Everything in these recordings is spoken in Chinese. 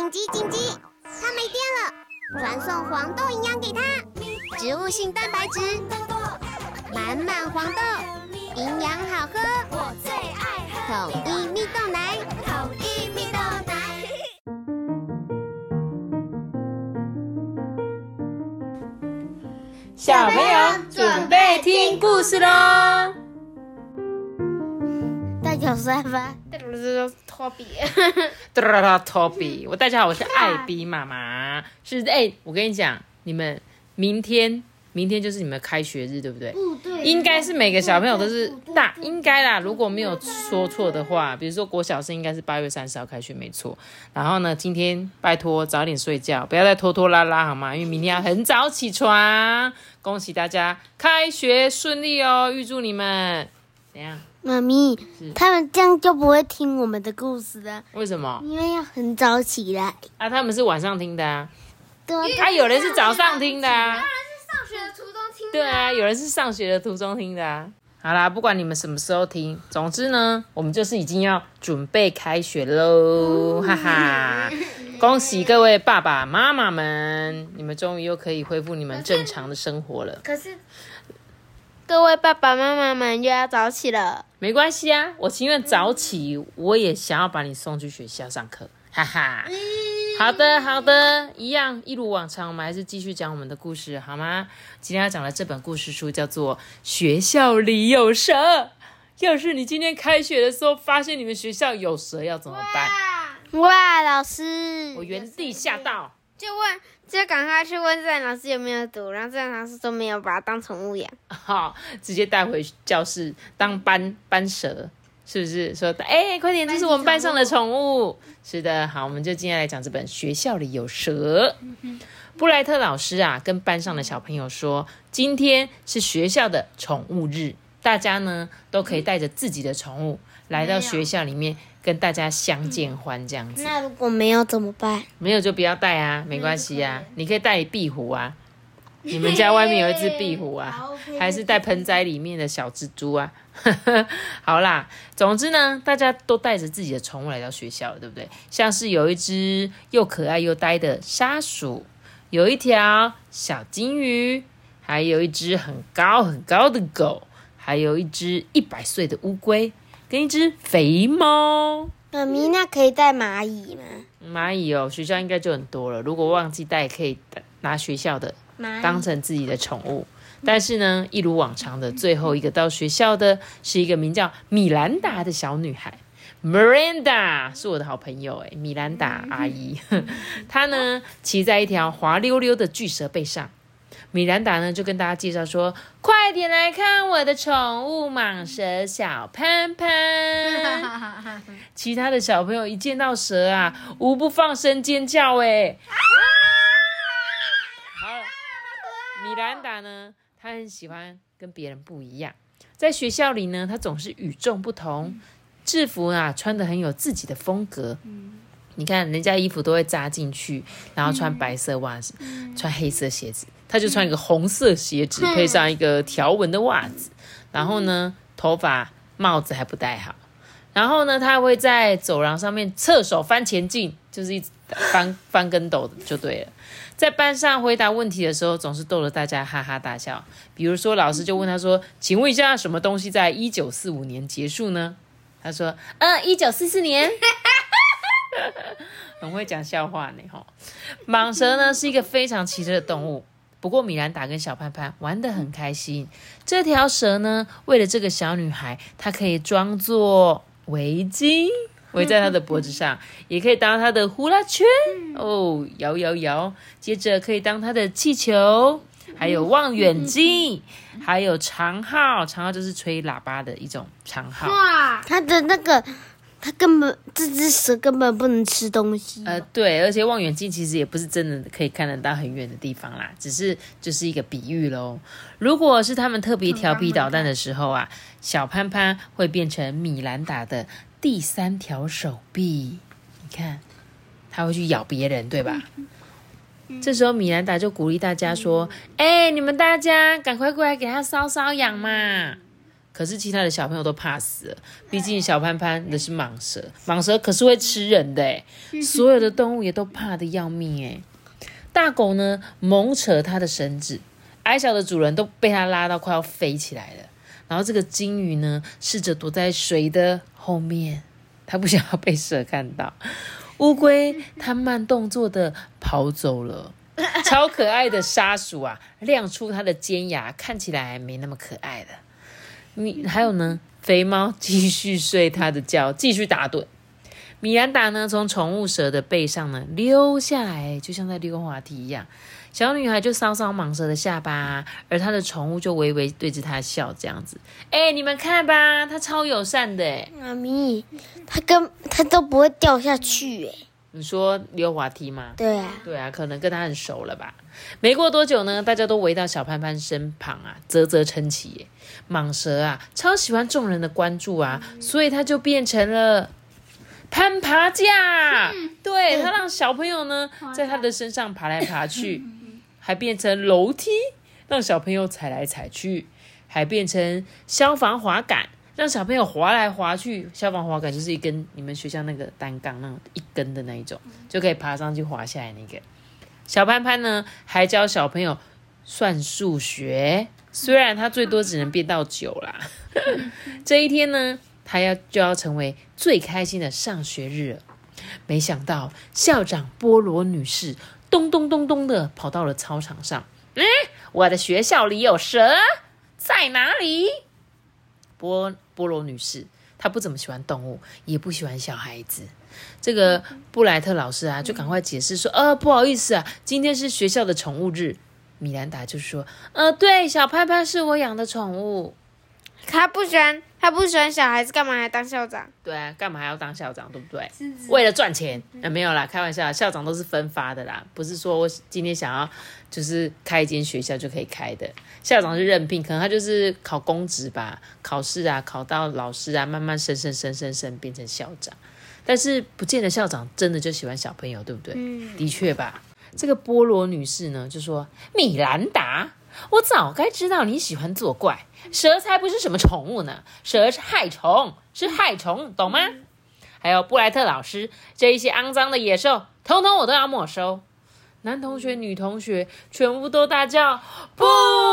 紧急！它没电了，传送黄豆营养给它，植物性蛋白质，满满黄豆，营养好喝，我最爱喝统一蜜豆奶，统一蜜豆奶。 小朋友准备听故事咯。 大家好，我是艾凡。 Toby， 大家好，我是艾比妈妈。我跟你讲，你们明天就是你们开学日，对不对？对，应该是每个小朋友都是应该啦。如果没有说错的话，比如说国小生应该是8月30号开学，没错。然后呢，今天拜托早点睡觉，不要再拖拖拉拉好吗？因为明天要很早起床。恭喜大家开学顺利哦，预祝你们。怎样？ 妈咪，他们这样就不会听我们的故事了。 为什么？ 因为要很早起来啊，他们是晚上听的啊。 对啊，有人是早上听的啊。 有人是上学的途中听的。 对啊，有人是上学的途中听的啊。好啦，不管你们什么时候听，总之呢，我们就是已经要准备开学喽，哈哈！恭喜各位爸爸妈妈们，你们终于又可以恢复你们正常的生活了。 可是各位爸爸妈妈们又要早起了。 没关系啊，我情愿早起，我也想要把你送去学校上课，哈哈。好的，一如往常，我们还是继续讲我们的故事，好吗？今天要讲的这本故事书叫做《学校里有蛇》。要是你今天开学的时候发现你们学校有蛇，要怎么办？ 哇，老师， 我原地吓到， 就赶快去问自然老师有没有毒，然后自然老师都没有把它当宠物养。 好，直接带回教室当班蛇，是不是？说，快点，这是我们班上的宠物。是的，好，我们就今天来讲这本《学校里有蛇》。布莱特老师啊，跟班上的小朋友说，今天是学校的宠物日，大家呢都可以带着自己的宠物来到学校里面跟大家相见欢，这样子。 那如果没有怎么办？ 没有就不要带啊，没关系啊，你可以带壁虎啊。你们家外面有一只壁虎啊，还是带盆栽里面的小蜘蛛啊？好啦，总之呢，大家都带着自己的宠物来到学校了，对不对？像是有一只又可爱又呆的沙鼠，有一条小金鱼，还有一只很高很高的狗，还有一只100岁的乌龟，跟一只肥猫。 妈咪，那可以带蚂蚁吗？ 蚂蚁哦，学校应该就很多了。如果忘记带，可以拿学校的当成自己的宠物。但是呢，一如往常的，最后一个到学校的是一个名叫米兰达的小女孩。Miranda 是我的好朋友米兰达阿姨。她呢骑在一条滑溜溜的巨蛇背上。米兰达呢就跟大家介绍说，快点来看我的宠物蟒蛇小潘潘。其他的小朋友一见到蛇啊，无不放声尖叫好，米兰达呢，她很喜欢跟别人不一样，在学校里呢，她总是与众不同，制服啊穿得很有自己的风格。你看人家衣服都会扎进去，然后穿白色袜子，穿黑色鞋子，他就穿一个红色鞋子，配上一个条纹的袜子，然后呢，头发帽子还不戴好，然后呢，他会在走廊上面侧手翻前进，就是一直翻跟斗就对了。在班上回答问题的时候，总是逗得大家哈哈大笑。比如说，老师就问他说：“请问一下，什么东西在1945年结束呢？”他说：“1944年。”很会讲笑话呢齁。蟒蛇呢是一个非常奇特的动物，不过米兰达跟小潘潘玩得很开心。这条蛇呢，为了这个小女孩，它可以装作围巾围在她的脖子上，也可以当她的呼啦圈摇摇摇，接着可以当她的气球，还有望远镜，还有长号就是吹喇叭的一种长号。 哇，它这只蛇根本不能吃东西。 对，而且望远镜其实也不是真的可以看得到很远的地方啦，只是就是一个比喻咯。如果是他们特别调皮捣蛋的时候啊，小潘潘会变成米兰达的第3条手臂，你看，他会去咬别人，对吧？这时候米兰达就鼓励大家说：“你们大家赶快过来给他搔搔痒嘛。” 可是其他的小朋友都怕死了，毕竟小潘潘的是蟒蛇，蟒蛇可是会吃人的耶，所有的动物也都怕得要命耶。大狗呢猛扯它的绳子，矮小的主人都被它拉到快要飞起来了。然后这个金鱼呢试着躲在水的后面，它不想要被蛇看到。乌龟它慢动作的跑走了。超可爱的沙鼠啊，亮出它的尖牙，看起来没那么可爱了。还有呢，肥猫继续睡它的觉，继续打盹。米兰达呢，从宠物蛇的背上呢溜下来，就像在溜滑梯一样。小女孩就搔搔蟒蛇的下巴，而她的宠物就微微对着她笑，这样子。你们看吧，它超友善的。 妈咪，它都不会掉下去。 你说溜滑梯吗？ 对啊， 对啊，可能跟他很熟了吧。没过多久呢，大家都围到小潘潘身旁啊，啧啧称奇耶。蟒蛇啊，超喜欢众人的关注啊，所以它就变成了攀爬架。对，它让小朋友呢在它的身上爬来爬去，还变成楼梯，让小朋友踩来踩去，还变成消防滑杆。让小朋友滑来滑去，消防滑杆就是一根你们学校那个单杠那种一根的那一种，就可以爬上去滑下来那个。小潘潘呢还教小朋友算数学，虽然他最多只能变到9啦。这一天呢，他就要成为最开心的上学日了。没想到校长波罗女士咚咚咚咚的跑到了操场上，我的学校里有蛇，在哪里？波罗女士她不怎么喜欢动物，也不喜欢小孩子。这个布莱特老师啊，就赶快解释说，不好意思啊，今天是学校的宠物日。米兰达就说，对，小潘潘是我养的宠物。 他不喜欢小孩子，干嘛还当校长？ 对啊，干嘛还要当校长，对不对？为了赚钱。没有啦，开玩笑，校长都是分发的啦，不是说我今天想要就是开一间学校就可以开的。校长是任聘，可能他就是考公职吧，考试啊，考到老师啊，慢慢升变成校长。但是不见得校长真的就喜欢小朋友，对不对？的确吧。这个波罗女士呢就说，米兰达，我早该知道你喜欢作怪，蛇才不是什么宠物呢，蛇是害虫，懂吗？还有布莱特老师，这一些肮脏的野兽统统我都要没收。男同学女同学全部都大叫不。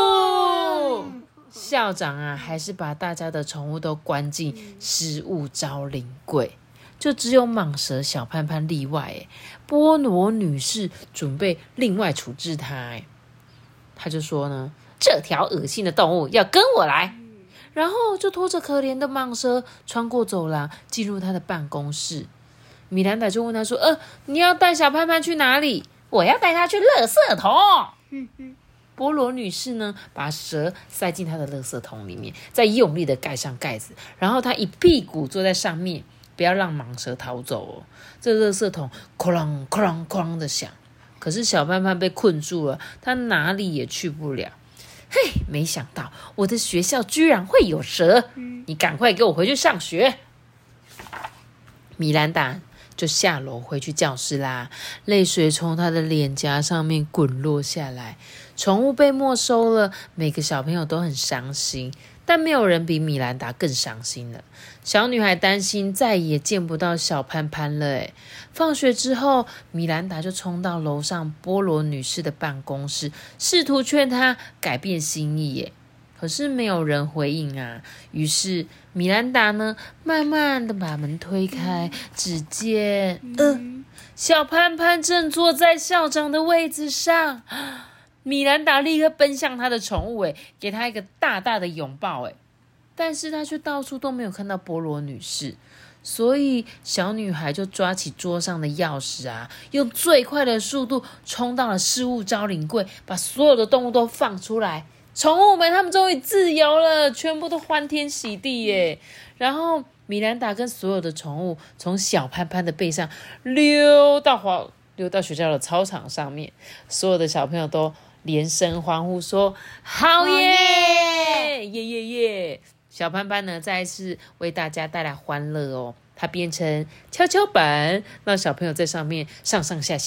校长啊还是把大家的宠物都关进失物招领柜，就只有蟒蛇小潘潘例外。波罗女士准备另外处置它。他就说呢，这条恶心的动物要跟我来。然后就拖着可怜的蟒蛇穿过走廊，进入他的办公室。米兰达就问他说，你要带小潘潘去哪里？我要带他去垃圾桶。波罗女士呢，把蛇塞进她的垃圾桶里面，再用力的盖上盖子，然后她一屁股坐在上面，不要让蟒蛇逃走。这垃圾桶哐啷哐啷哐啷的响，可是小潘潘被困住了，他哪里也去不了。没想到我的学校居然会有蛇，你赶快给我回去上学。米兰达就下楼回去教室啦，泪水从他的脸颊上面滚落下来。宠物被没收了，每个小朋友都很伤心，但没有人比米兰达更伤心了。小女孩担心再也见不到小潘潘了。放学之后，米兰达就冲到楼上波罗女士的办公室，试图劝她改变心意。可是没有人回应啊。于是米兰达呢，慢慢的把门推开，只见小潘潘正坐在校长的位子上。米兰达立刻奔向他的宠物，给他一个大大的拥抱。但是他却到处都没有看到波罗女士，所以小女孩就抓起桌上的钥匙啊，用最快的速度冲到了失物招领柜，把所有的动物都放出来。宠物们他们终于自由了，全部都欢天喜地耶。然后米兰达跟所有的宠物从小潘潘的背上溜到学校的操场上面，所有的小朋友都连声欢呼说好耶耶耶耶。小潘潘呢再一次为大家带来欢乐。它变成跷跷板，让小朋友在上面上上下下，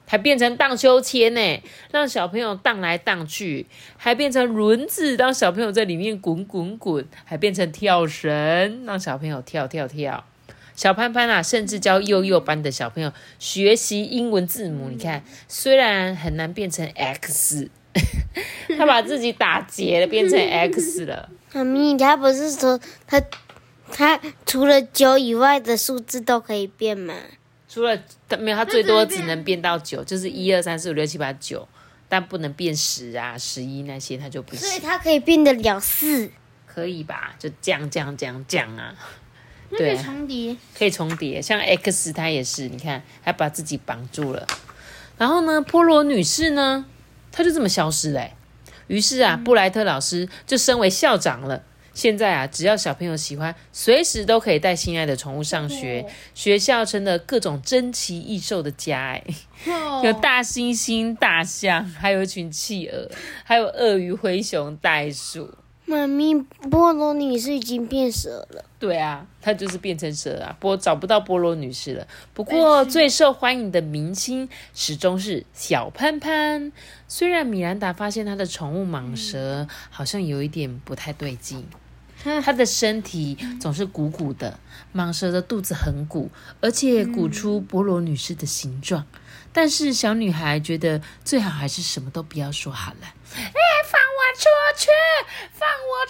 还变成荡秋千呢，让小朋友荡来荡去，还变成轮子，让小朋友在里面滚滚滚，还变成跳绳，让小朋友跳跳跳。小潘潘啊，甚至教幼幼班的小朋友学习英文字母。你看，虽然很难变成 X， 他把自己打结了，变成 X 了。 妈咪，他不是说他除了9以外的数字都可以变吗？ 除了没有，他最多只能变到9，就是1、2、3、4、5、6、7、8、9，但不能变10啊、11那些，他就不行。 所以他可以变得了4， 可以吧？就这样啊。 对，重叠可以重叠，像 X 它也是，你看还把自己绑住了。然后呢，波罗女士呢，她就这么消失了。于是啊，布莱特老师就升为校长了。现在啊，只要小朋友喜欢，随时都可以带心爱的宠物上学。学校成了各种珍奇异兽的家，有大猩猩、大象，还有一群企鹅，还有鳄鱼、灰熊、袋鼠。 妈咪，波罗女士已经变蛇了。 对啊，她就是变成蛇啊，找不到波罗女士了。不过最受欢迎的明星始终是小潘潘。虽然米兰达发现她的宠物蟒蛇好像有一点不太对劲，它的身体总是鼓鼓的，蟒蛇的肚子很鼓，而且鼓出波罗女士的形状。但是小女孩觉得最好还是什么都不要说好了。放我出去！放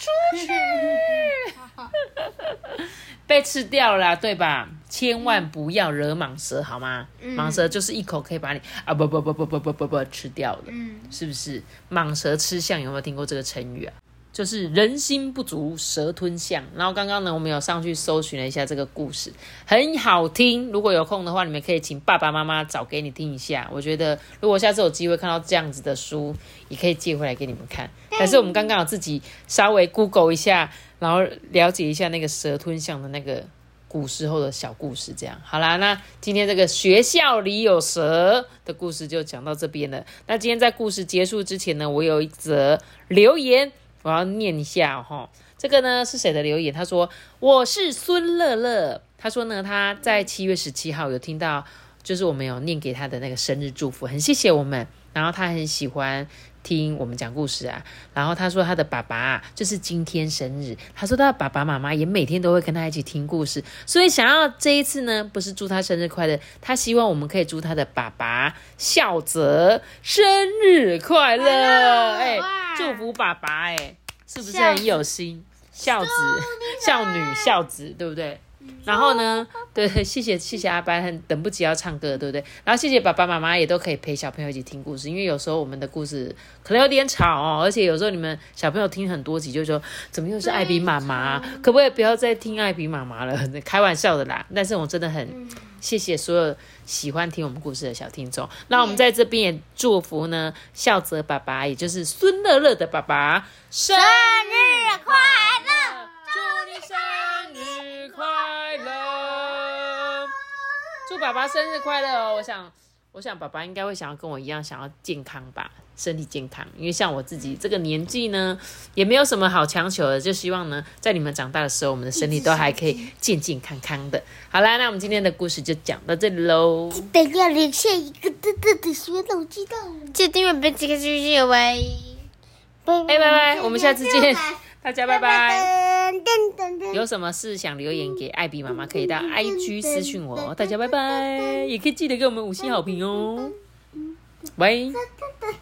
我出去！被吃掉了，对吧？千万不要惹蟒蛇，好吗？蟒蛇就是一口可以把你不吃掉了，是不是？蟒蛇吃象，有没有听过这个成语啊？就是人心不足蛇吞象。然后刚刚呢，我们有上去搜寻了一下这个故事，很好听。如果有空的话，你们可以请爸爸妈妈找给你听一下。我觉得如果下次有机会看到这样子的书，也可以借回来给你们看。但是我们刚刚有自己稍微 Google 一下，然后了解一下那个蛇吞象的那个古时候的小故事。这样好啦，那今天这个学校里有蛇的故事就讲到这边了。那今天在故事结束之前呢，我有一则留言我要念一下哦。这个呢是谁的留言？他说我是孙乐乐。他说呢，他在7月17号有听到，就是我们有念给他的那个生日祝福，很谢谢我们。然后他很喜欢听我们讲故事啊。然后他说他的爸爸就是今天生日，他说他的爸爸妈妈也每天都会跟他一起听故事，所以想要这一次呢，不是祝他生日快乐，他希望我们可以祝他的爸爸孝泽生日快乐。祝福爸爸，是不是很有心？孝子、孝女、孝子，对不对？然后呢，对，谢谢阿班，很等不及要唱歌，对不对？然后谢谢爸爸妈妈也都可以陪小朋友一起听故事，因为有时候我们的故事可能有点吵哦，而且有时候你们小朋友听很多集就说怎么又是艾比妈妈，可不可以不要再听艾比妈妈了？开玩笑的啦，但是我真的很谢谢所有喜欢听我们故事的小听众。那我们在这边也祝福呢孝泽爸爸，也就是孙乐乐的爸爸生日快乐，祝你生日快乐，祝爸爸生日快乐哦！我想爸爸应该会想要跟我一样，想要健康吧，身体健康。因为像我自己这个年纪呢，也没有什么好强求的，就希望呢，在你们长大的时候，我们的身体都还可以健健康康的。好啦，那我们今天的故事就讲到这里喽。 记得要留下一个大大的血豆鸡蛋，记得订阅本期的继续拜拜，我们下次见，大家拜拜。有什么事想留言给艾比妈妈，可以到 IG 私讯我。大家拜拜，也可以记得给我们5星好评哦。拜。